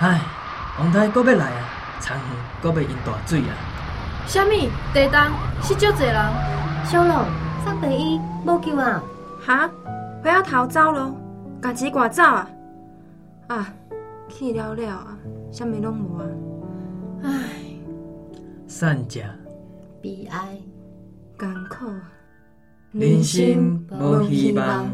唉，王太阁要来啊，田园阁要淹大水啊！ 啥物？地动死足侪人。 小龙，上病医无救啊！ 哈，回头逃走咯，家己赶走啊！啊，去了了啊，啥物拢无啊！唉， 善食悲哀， 艰苦， 人生无希望。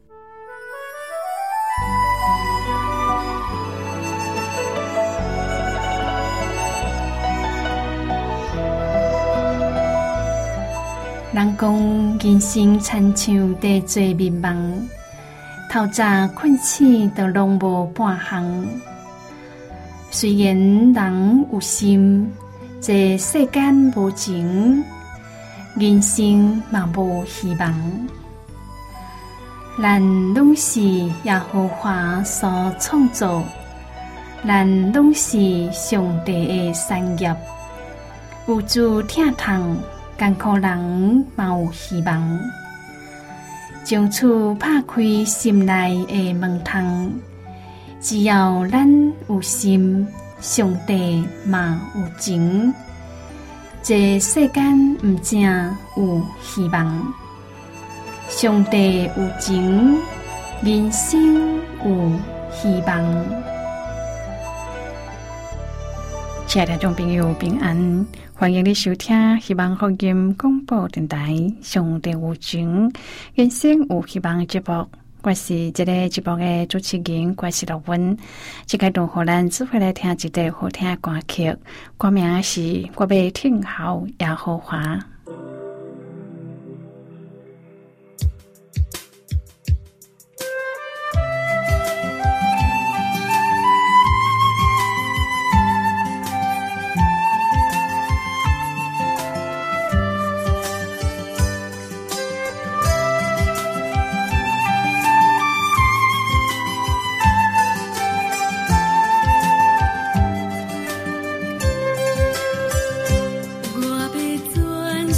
人讲人生亲像地做迷茫，透早困醒都拢无半项。虽然人有心，这世间无情，人生嘛无希望。咱拢是耶和华所创造，咱拢是上帝的产业，有主疼痛。艰苦人嘛有希望，将厝拍开心内的门窗。只要咱有心，上帝嘛有情。这世间不正有希望，上帝有情，人生有希望。亲爱的听众朋友，平安！欢迎你收听希望福音广播电台上帝有情人生有希望的节目。我是这个节目的主持人，我是乐文。这个段互咱只会来听一首好听的歌曲，歌名是《我要听候耶和华》。 我要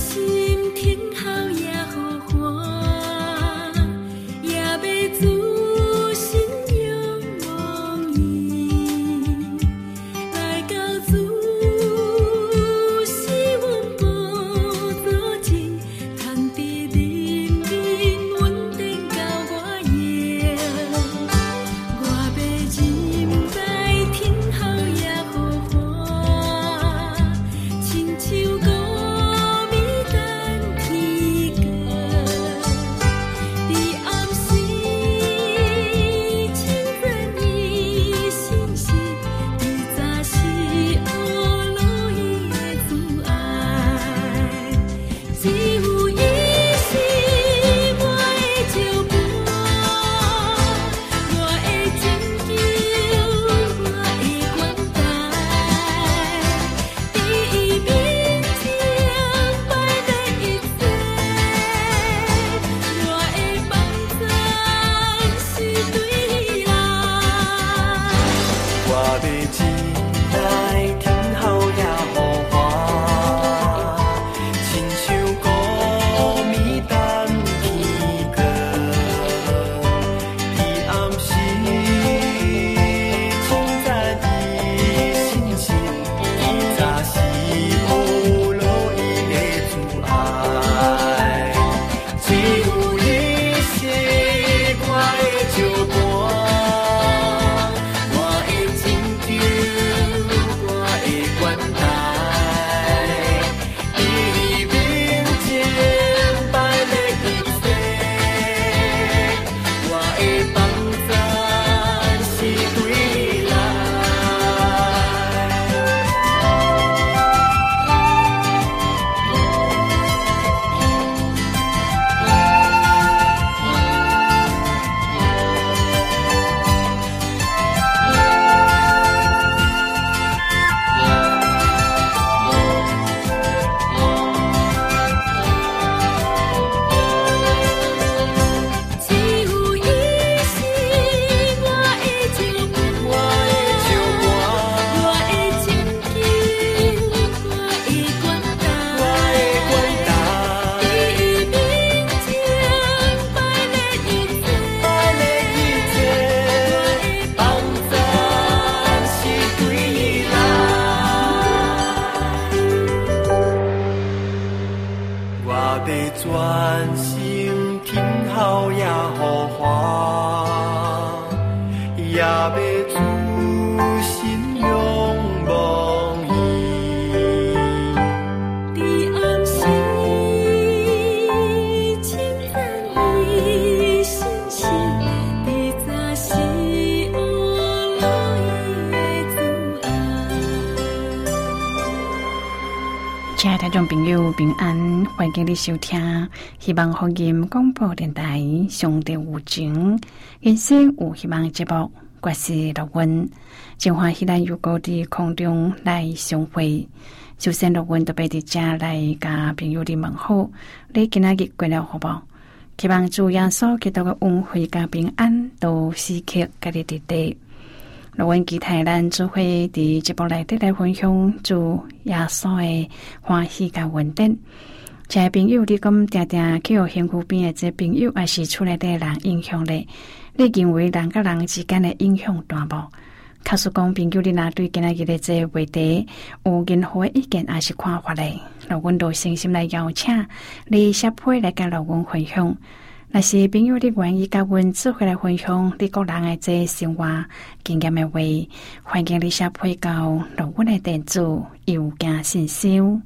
也要主心仰望伊。你安息，称赞伊信息，你早是我来的主爱。 亲爱的听众朋友，平安，欢迎你收听希望福音广播电台上帝有情人生有希望节目，我是乐文。真欢喜咱又搁伫空中来相会。首先，乐文特别伫遮来甲朋友哋问好，你今仔日过了好无？希望主耶稣基督嘅恩惠甲平安都时刻甲你伫地。乐文期待咱做伙伫节目内底来分享主耶稣嘅欢喜甲稳定。亲爱朋友，你讲定定去互身躯边的这朋友，还是厝内底人影响咧？你认为人甲人之间的影响大无？假使讲朋友，你若对今仔日的这话题有任何意见还是看法咧？乐文都诚心来邀请你协会来甲乐文分享。若是朋友你愿意甲阮做伙来分享你个人的这生活经验的话，欢迎你协会到乐文的电子邮件信箱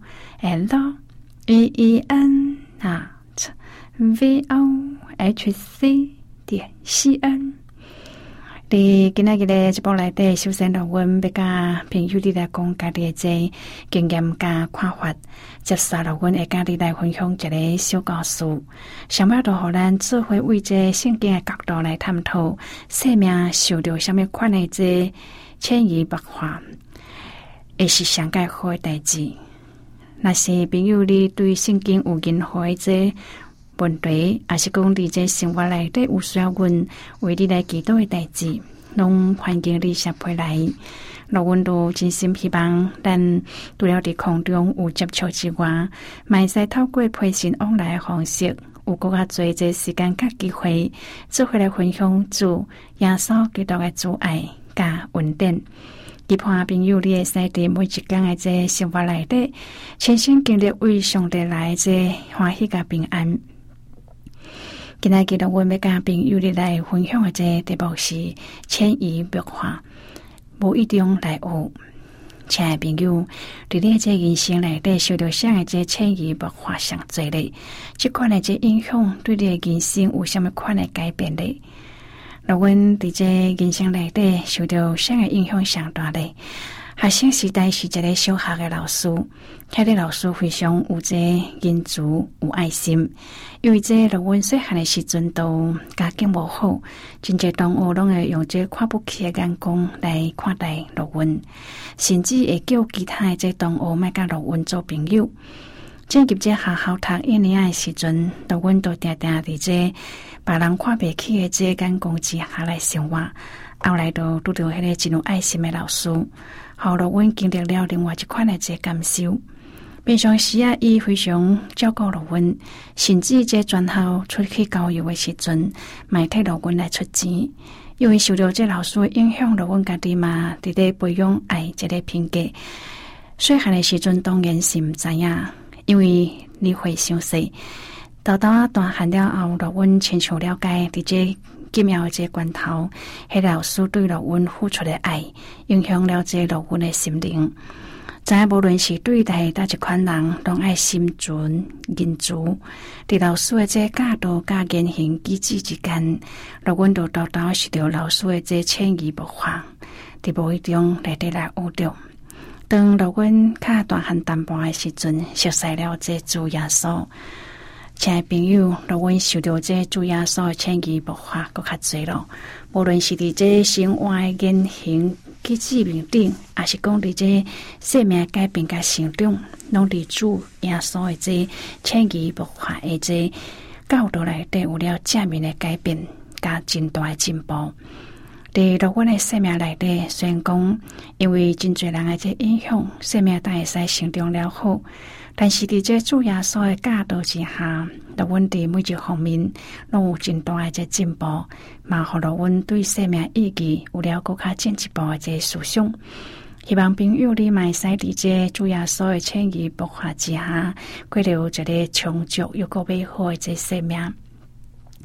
LEEN@vohc.cn。伫今仔日的节目内底，首先乐文要甲朋友你来讲家己的这经验甲看法。接下乐文会甲你来分享一个小故事，想要都互咱做伙为这圣经的角度来探讨生命受到什么款的这潜移默化，会是上界好的代志。若是朋友你对圣经有任何的这问题，还是讲伫这生活内底有需要阮为你来祈祷的代志，拢欢迎你协会来。乐文都真心希望咱除了伫空中有接触之外，嘛使透过陪信往来的方式，有更加多这时间甲机会，做伙来分享主耶稣基督的主爱甲恩典。期盼朋友你会使伫每一天的这生活内底，亲身经历为上帝来这欢喜甲平安。今仔日乐文要甲朋友你来分享的这题目是潜移默化，无一定来学。亲爱朋友，伫你这人生内底受到啥的这潜移默化上侪咧？这款的这影响对你的人生有什么款的改变咧？乐文伫这人生内底受到啥的影响上大咧？学生时代是一个小学的老师，迄个老师非常有这仁慈有爱心，因为这乐文细汉的时阵都家境无好，真侪同学拢会用这看不起的眼光来看待乐文，甚至会叫其他的这同学莫甲乐文做朋友。进入这学校读1年的时阵，乐文都定定伫这别人看不起的这眼光之下来生活。后来都拄到迄个真有爱心的老师，互乐文经历了另外一款的这感受。平常时啊，伊非常照顾乐文，甚至这全校出去郊游的时阵，嘛替乐文来出钱。因为受到这老师的影响，乐文家己嘛伫咧培养爱这个品格。细汉的时阵当然是毋知影，因为你会伤细。到大汉了后，乐文亲像了解伫这奇妙的这关头，迄老师对乐文付出的爱，影响了这乐文的心灵。知影无论是对待哪一款人，拢爱心存仁慈。伫老师的这教导甲言行举止之间，乐文都豆豆是着老师的这潜移默化，伫无意中内底来学着。当乐文较大汉淡薄的时阵，熟悉了这主耶稣。亲爱朋友，乐文受到这主耶稣的潜移默化搁较侪咯。无论是伫这生活的言行举止面顶，还是讲伫这生命改变甲成长，拢伫主耶稣的这潜移默化的这教导内底有了正面的改变，甲真大的进步。伫乐文的生命内底，虽然讲因为真侪人的这影响，生命才会使成长了好。但是伫这主耶稣的教导之下，乐文伫每一方面拢有真大的这进步，嘛互乐文对生命意义有了更加进一步的这思想。希望朋友你嘛会使伫这主耶稣的潜移默化之下，过了一个充足又个美好的这生命。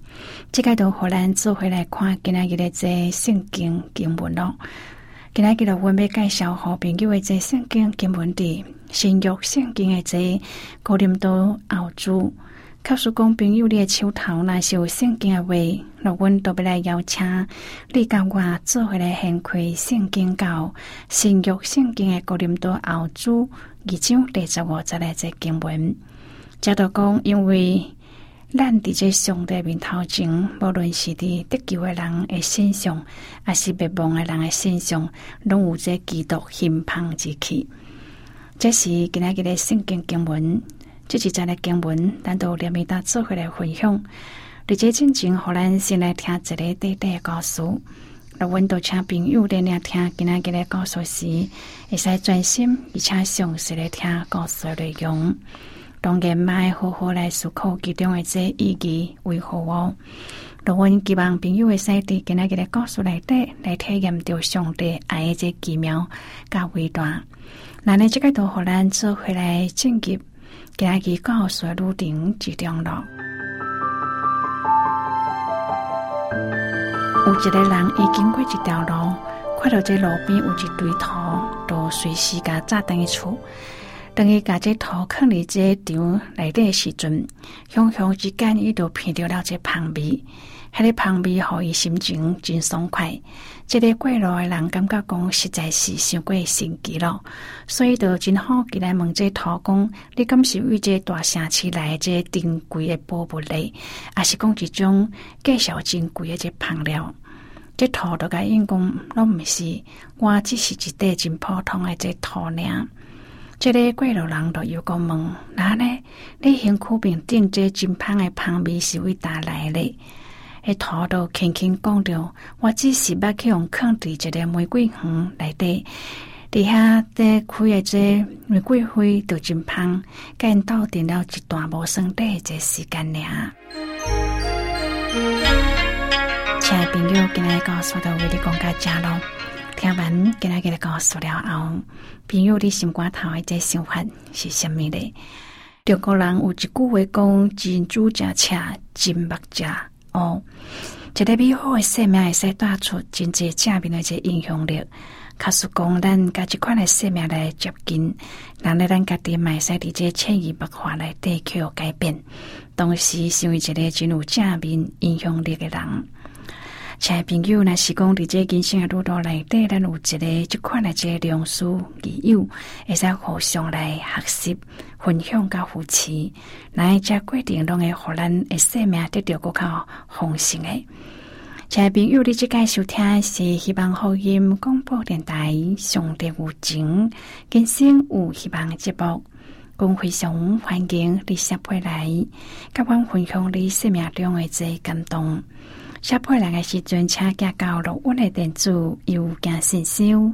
这个就互咱做回来看今仔日的这圣经经文咯。今仔日就阮要介绍好朋友的这圣经经文的新约圣经的这哥林多后书。告诉讲朋友你的手头若是有圣经的话，那阮都要来邀请你甲我做回来掀开圣经到新约圣经的哥林多后书2章第15节的这经文。这就讲，因为咱伫这上帝面头前，无论是伫得救的人的身上，还是灭亡的人的身上，拢有这基督馨香之气。这是今仔日的圣经经文。这一节的经文，咱都连面搭做回来分享。伫这进前，互咱先来听一个短短的故事。那阮都请朋友来听今仔日的故事时，会使专心而且详细来听故事的内容。当然，卖好好来思考其中的这意义为何哦。那阮希望朋友会使伫今仔日的故事内底来体验到上帝爱的这奇妙甲伟大。那呢，这个都互咱做回来进入今日故事路程之中咯。有一个人伊经过一条路，看到这路边有一堆土，就随时甲炸弹去厝。当伊甲这土放伫这场内底时阵，雄雄之间伊就闻到了这香味。迄个香味互伊心情真爽快。这个过路的人感觉讲实在是伤过神奇咯，所以就真好奇来问这土讲：你敢是为这大城市来这珍贵的宝物呢？还是讲一种介绍珍贵的这香料？这土就甲应讲，拢毋是，我只是一块真普通的这土尔。这个过路人就又讲问：那呢？你身躯面顶这真香的香味是为哪来的？迄土都轻轻讲着，我只是捌去用放伫一个玫瑰园内底，底下在开的这玫瑰花就真香，甲因斗阵了一段无算短的这时间尔。亲爱朋友，今日故事就为你讲到这咯。听完今日的故事了后，朋友你心肝头的这想法是什么呢？中国人有一句话讲：真煮食车，真目食哦。一个美好的生命会使带出真侪正面的这影响力。假使讲咱甲这款的生命来接近，人咧咱家己嘛会使伫这潜移默化来去改变，同时成为一个真有正面影响力的人。亲爱朋友，若是讲伫这人生的路途内底，咱有一个这款的这良师益友，会使互相来学习、分享甲扶持，那这过程拢会互咱的生命得到更较丰盛的。亲爱朋友，你即个收听是希望福音广播电台上帝有情人生有希望的节目，我非常欢迎你写回来，甲阮分享你生命中的这感动。写回来的时阵，请寄到录音的电子邮件信箱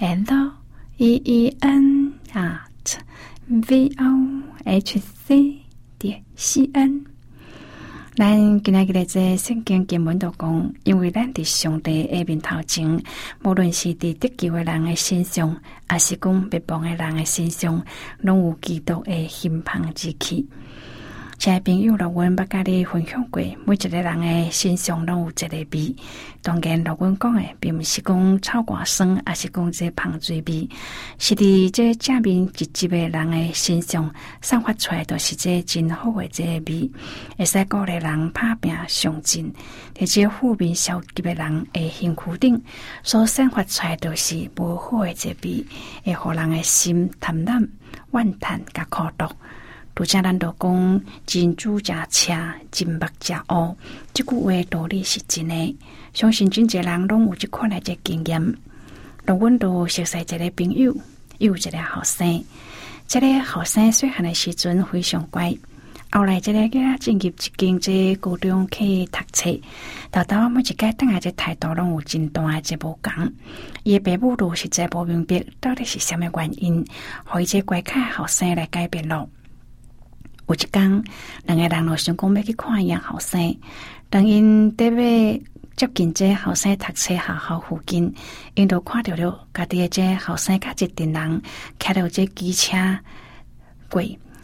LEEN@vohc.cn。咱今日的这圣经经文都讲，因为咱伫上帝的面头前，无论是伫得救的人的身上，还是讲灭亡的人的身上，拢有基督的馨香之气。亲爱朋友，阮捌甲你分享过，每一个人的身上拢有一个味。当然，阮讲的并不是讲臭寡酸，还是讲这芳水味，是伫这正面积极的人的身上散发出来，都是这真好的这个味，会使鼓励人打拼上进。伫这负面消极的人的身躯顶所散发出来，都是无好的这味，会互人的心贪婪、怨叹甲苦毒。拄则咱就讲真煮食车，真目食乌，这句话道理是真的。相信真侪人拢有这款的这经验。阮都熟悉一个朋友，有一个后生。这个后生细汉的时阵非常乖，后来这个囡仔进入一间这高中去读册，豆豆每一届等下这态度拢有真大的这无共。伊的父母都实在无明白到底是什么原因，互伊这乖巧后生来改变咯。有一天，两个人就想讲要去看伊后生。当因伫要接近这后生读册学校附近，因就看到了家己的这后生甲一群人开到这机车过。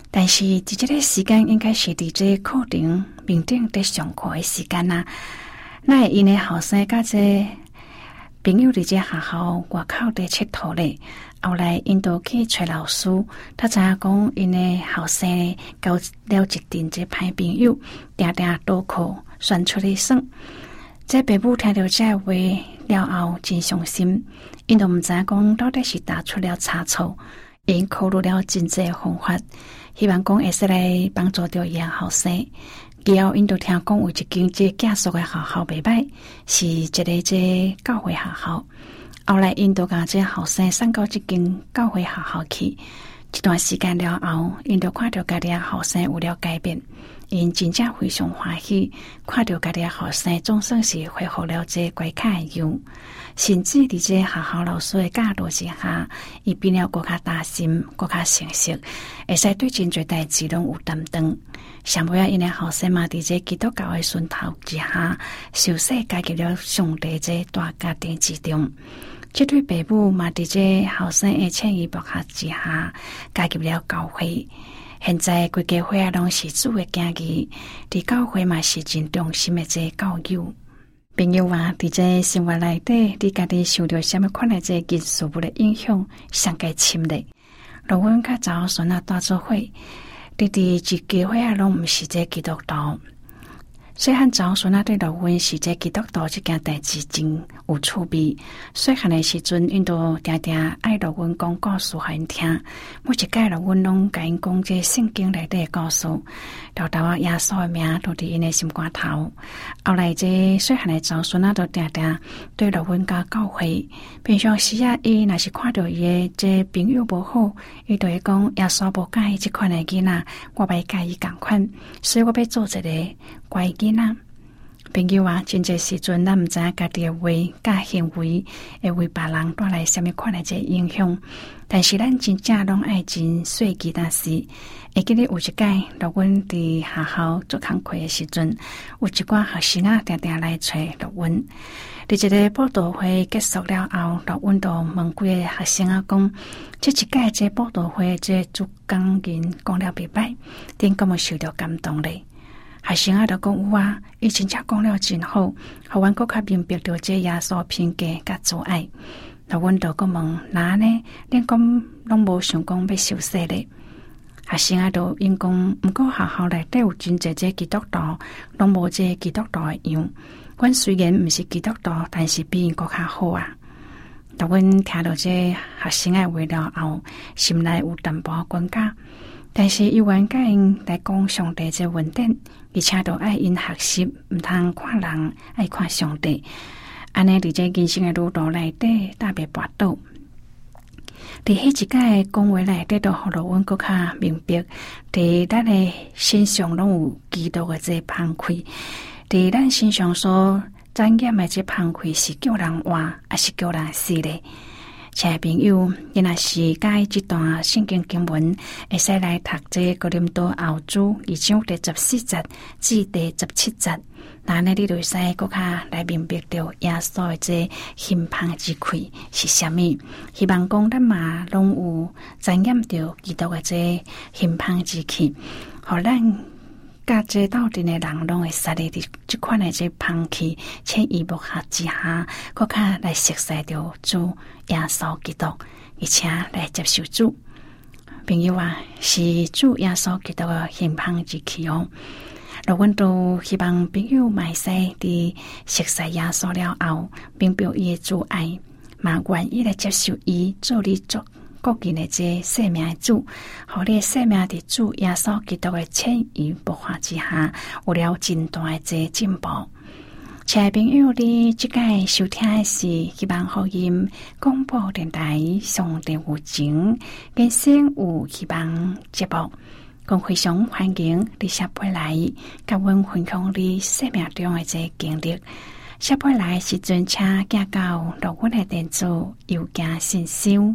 但是伫这个时间应该是伫这课程面顶在上课的时间啊，那因的后生甲这朋友伫这学校外口在佚佗咧，后来因都去找老师，他知影讲因的后生交了一阵这歹朋友，定定倒课选出来耍。这爸母听到这话了后真伤心，因都毋知讲到底是打出了差错，因考虑了真济方法，希望讲会使来帮助到伊个后生。以后因都听讲有一间这寄宿的学校袂歹，是一个这教会学校。后来因都甲这后生送到这间教会学校去，一段时间了后，因都看到家己后生有了改变，因真正非常欢喜，看到家己后生总算是恢复了这乖巧的样，甚至伫这学校老师的教导之下，伊变了更较大心，更较成熟，会使对真侪代志拢有担当。上尾因的后生嘛，伫这基督教的熏陶之下，受洗加入了上帝这大家庭之中。这对爸母嘛，伫这后生的潜移默化之下，加入了教会。现在规家伙啊，拢是主的囝儿，伫教会嘛是真中心的这教育。朋友啊，伫这生活内底，你家己受到什么款的这因素物的影响，上界深烈。若阮甲查某孙啊带做伙，弟弟一家伙啊，拢毋是这基督徒。细汉查某孙啊对若阮是这基督徒这件代志真有趣味。细汉的时阵，因都定定爱若阮讲故事互因听，每一届若阮拢甲因讲这圣经内底的故事，头头啊耶稣的名都伫因的心肝头。后来这细汉的查某孙啊都定定对若阮甲教会，平常时啊伊若是看到伊的这朋友无好，伊就会讲耶稣无介意这款的囡仔，我袂介意共款，所以我要做一个乖囡仔。朋友啊，真侪时阵咱毋知影家己的话甲行为会为别人带来什么款的这影响，但是咱真正拢爱真细记但是会记得有一届，若阮伫学校做工课的时阵，有一寡学生啊定定来找若阮。伫一个报道会结束了后，若阮就问几个学生啊讲，这一届这报道会这主讲人讲了袂歹，顶敢有受到感动咧？学生啊，就讲有啊，伊真正讲了真好，互阮更较明白到这耶稣品格甲阻碍。那阮就讲问，那呢？恁讲拢无想讲要受洗咧？学生啊，就因讲，毋过学校内底有真侪这基督徒，拢无这基督徒的样。阮虽然毋是基督徒，但是比因更较好啊。那阮听到这学生的话了后，心内有淡薄尴尬。但是伊愿甲因来讲上帝这稳定，而且都爱因学习，毋通看人，爱看上帝。安尼伫这人生的路途内底，特别跋倒。伫迄一届讲话内底，都互着阮更较明白，伫咱的身上拢有基督的这芳开，伫咱身上所沾染的这芳开，是叫人活，还是叫人死咧？亲爱朋友，你若是喜这段圣经经文，会使来读这哥林多后书2章第14节至第17节，那呢你就会使更加来明白到耶稣的这心芳之开是什么。希望讲咱嘛拢有沾染到基督的这心芳之气，互咱甲这斗阵的人拢会使咧这款的这芳气潜移默化之下，更加来熟悉到主耶稣基督，而且来接受主。朋友啊，是主耶稣基督的心芳之气哦。若阮都希望朋友嘛会使伫熟悉耶稣了后，明白伊的主爱，嘛愿意来接受伊做你做个人的这生命的主，互你生命伫主耶稣基督的潜移默化之下，有了真大的这进步。亲爱朋友，你即届收听的是希望福音广播电台上帝有情人生有希望节目，更非常欢迎你下回来甲阮分享你生命中的这经历。下回来时阵，请寄到落阮的电子邮件信箱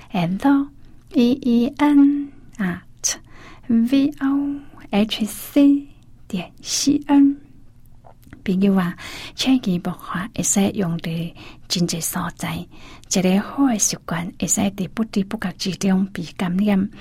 EEN@vohc.cn。朋友啊，潜移默化会使用伫真侪所在，一个好的习惯会使伫不知不觉之中被感染。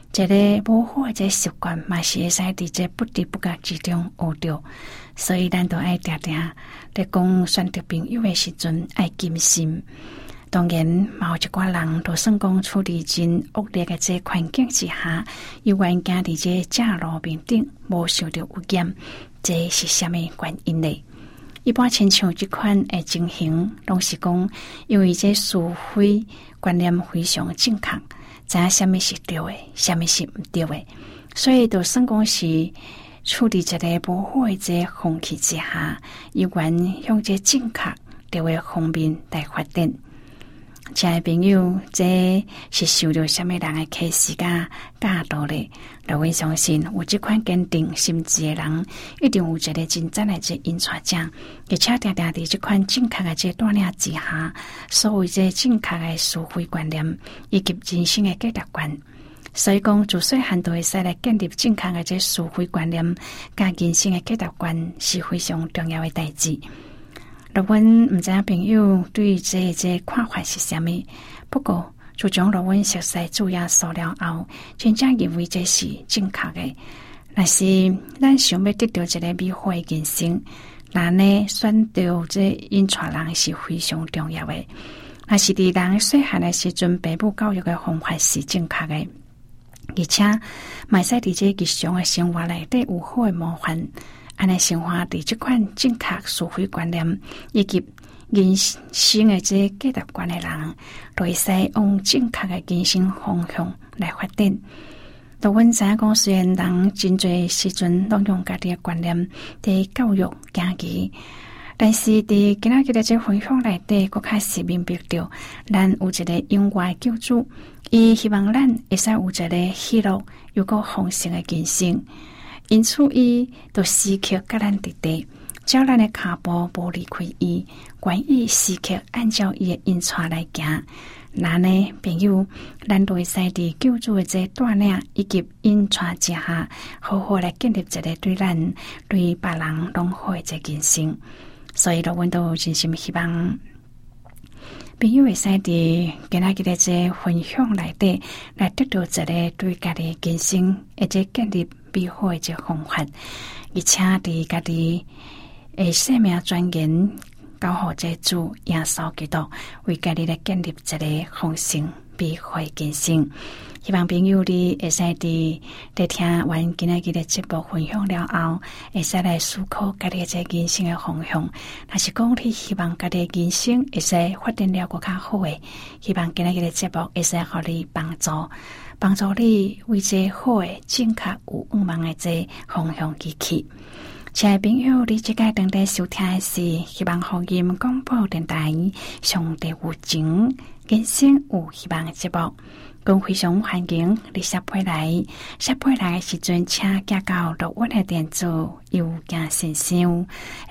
这个无好的这习惯嘛是会使伫这不知不觉之中学着，所以咱都爱定定在讲选择朋友的时阵爱谨慎。当然，有一寡人都算讲处理真恶劣的这环境之下，有愿行伫这正路面顶，无受到污染，这是什么原因呢？一般亲像这款的情形，拢是讲因为这是非观念非常正确，知影什么是对的，什么是唔对的，所以就算讲是处理一个无好的这风气之下，有愿向这正确对的方面来发展。亲爱朋友，这是受到什么人的启示甲教导呢？我相信有这款坚定心志的人，一定有一个真正的这引传者，而且定定伫这款正确的这带领之下，所谓这正确的思维观念以及人生的价值观。所以讲，自细汉都会使来建立正确的这思维观念，甲人生的价值观是非常重要的代志。阮唔知影朋友对这看法是什么，不过自从阮熟悉主耶稣了后，真正认为这是正确的。但是咱想要得到一个美好的人生，那呢选择这引传人是非常重要的。那是伫人细汉的时阵，父母教育的方法是正确的，而且买使伫这日常的生活内底有好的模范。安尼生活伫这款正确思维观念以及人生的这价值观的人，都会使往正确的人生方向来发展。就阮知影讲，虽然人真侪时阵拢用家己的观念伫教育家己，但是伫今仔日的这分享内底，佫较是明白着，咱有一个永远救主，伊希望咱会使有一个喜乐又佫丰盛的人生。因此，伊就时刻甲咱伫地，照咱的脚步无离开伊，愿意时刻按照伊的引带来行。那呢，朋友，咱都会使伫救主的这带领以及引带之下，好好来建立一个对咱、对别人拢好的这人生。所以，阮都真心希望朋友会使伫今仔日的这分享内底，来得到一个对家己人生或者建立美好的这方法，而且伫家己的生命尊严交互这主耶稣基督，为家己来建立一个丰盛美好的人生。希望朋友你会使伫听完今仔日的节目分享了后，会使来思考家己这人生的方向。若是讲你希望家己人生会使发展了更较好的，希望今仔日的节目会使互你帮助你为这好的正确有愿望的这方向而去。亲爱朋友，你即个等待收听的是希望福音广播电台上帝有情人生有希望的节目。讲非常欢迎你写批来的时阵，请寄到录音的电子邮件信箱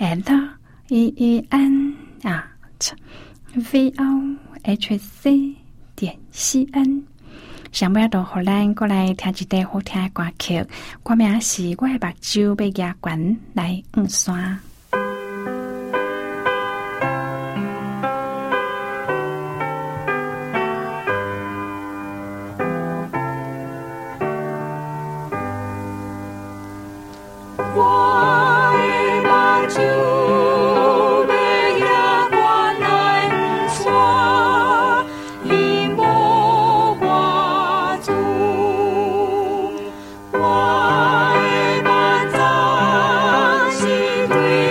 vohc.cn。上尾就互咱过来听一段好听的歌曲，歌名是《我的目睭要举悬来黄山》。 我的目睭是对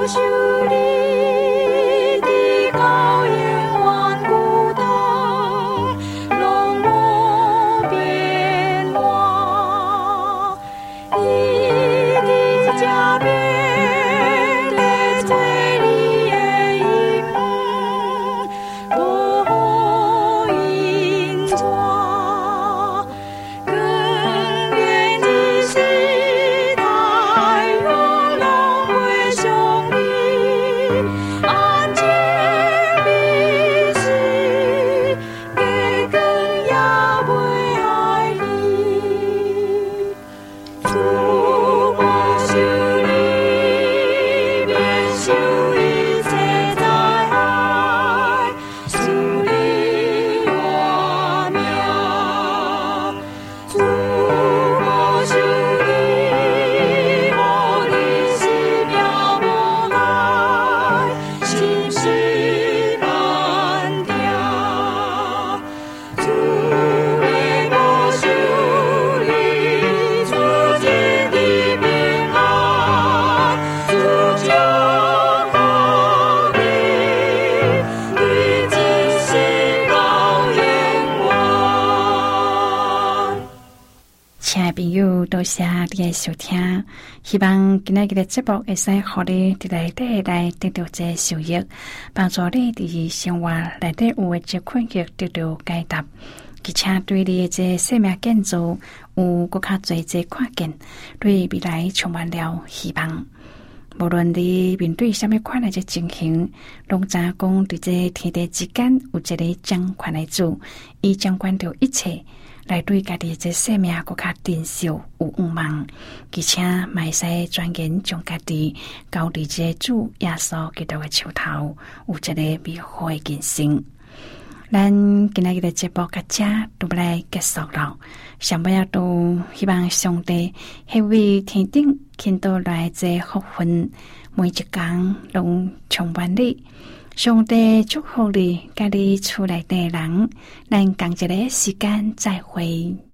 多谢你的收听，希望今日的节目会使互你伫内底来得到这受益，帮助你伫生活内底有的这困惑得到解答，而且对你的这生命建造有更较多这看见，对未来充满了希望。无论你面对什么款的这情形，拢知讲伫这天地之间有一个掌权的主，伊掌管着一切。来对家己这生命更较珍惜有愿望，而且卖使专研将家己交伫这主耶稣基督的手头，有一个美好的人生。咱今日的节目到这都要来结束了，上尾都希望上帝迄位天顶倾倒来这福分，每一天拢充满你。上帝祝福你，甲你厝内的人，咱同一个时间再会。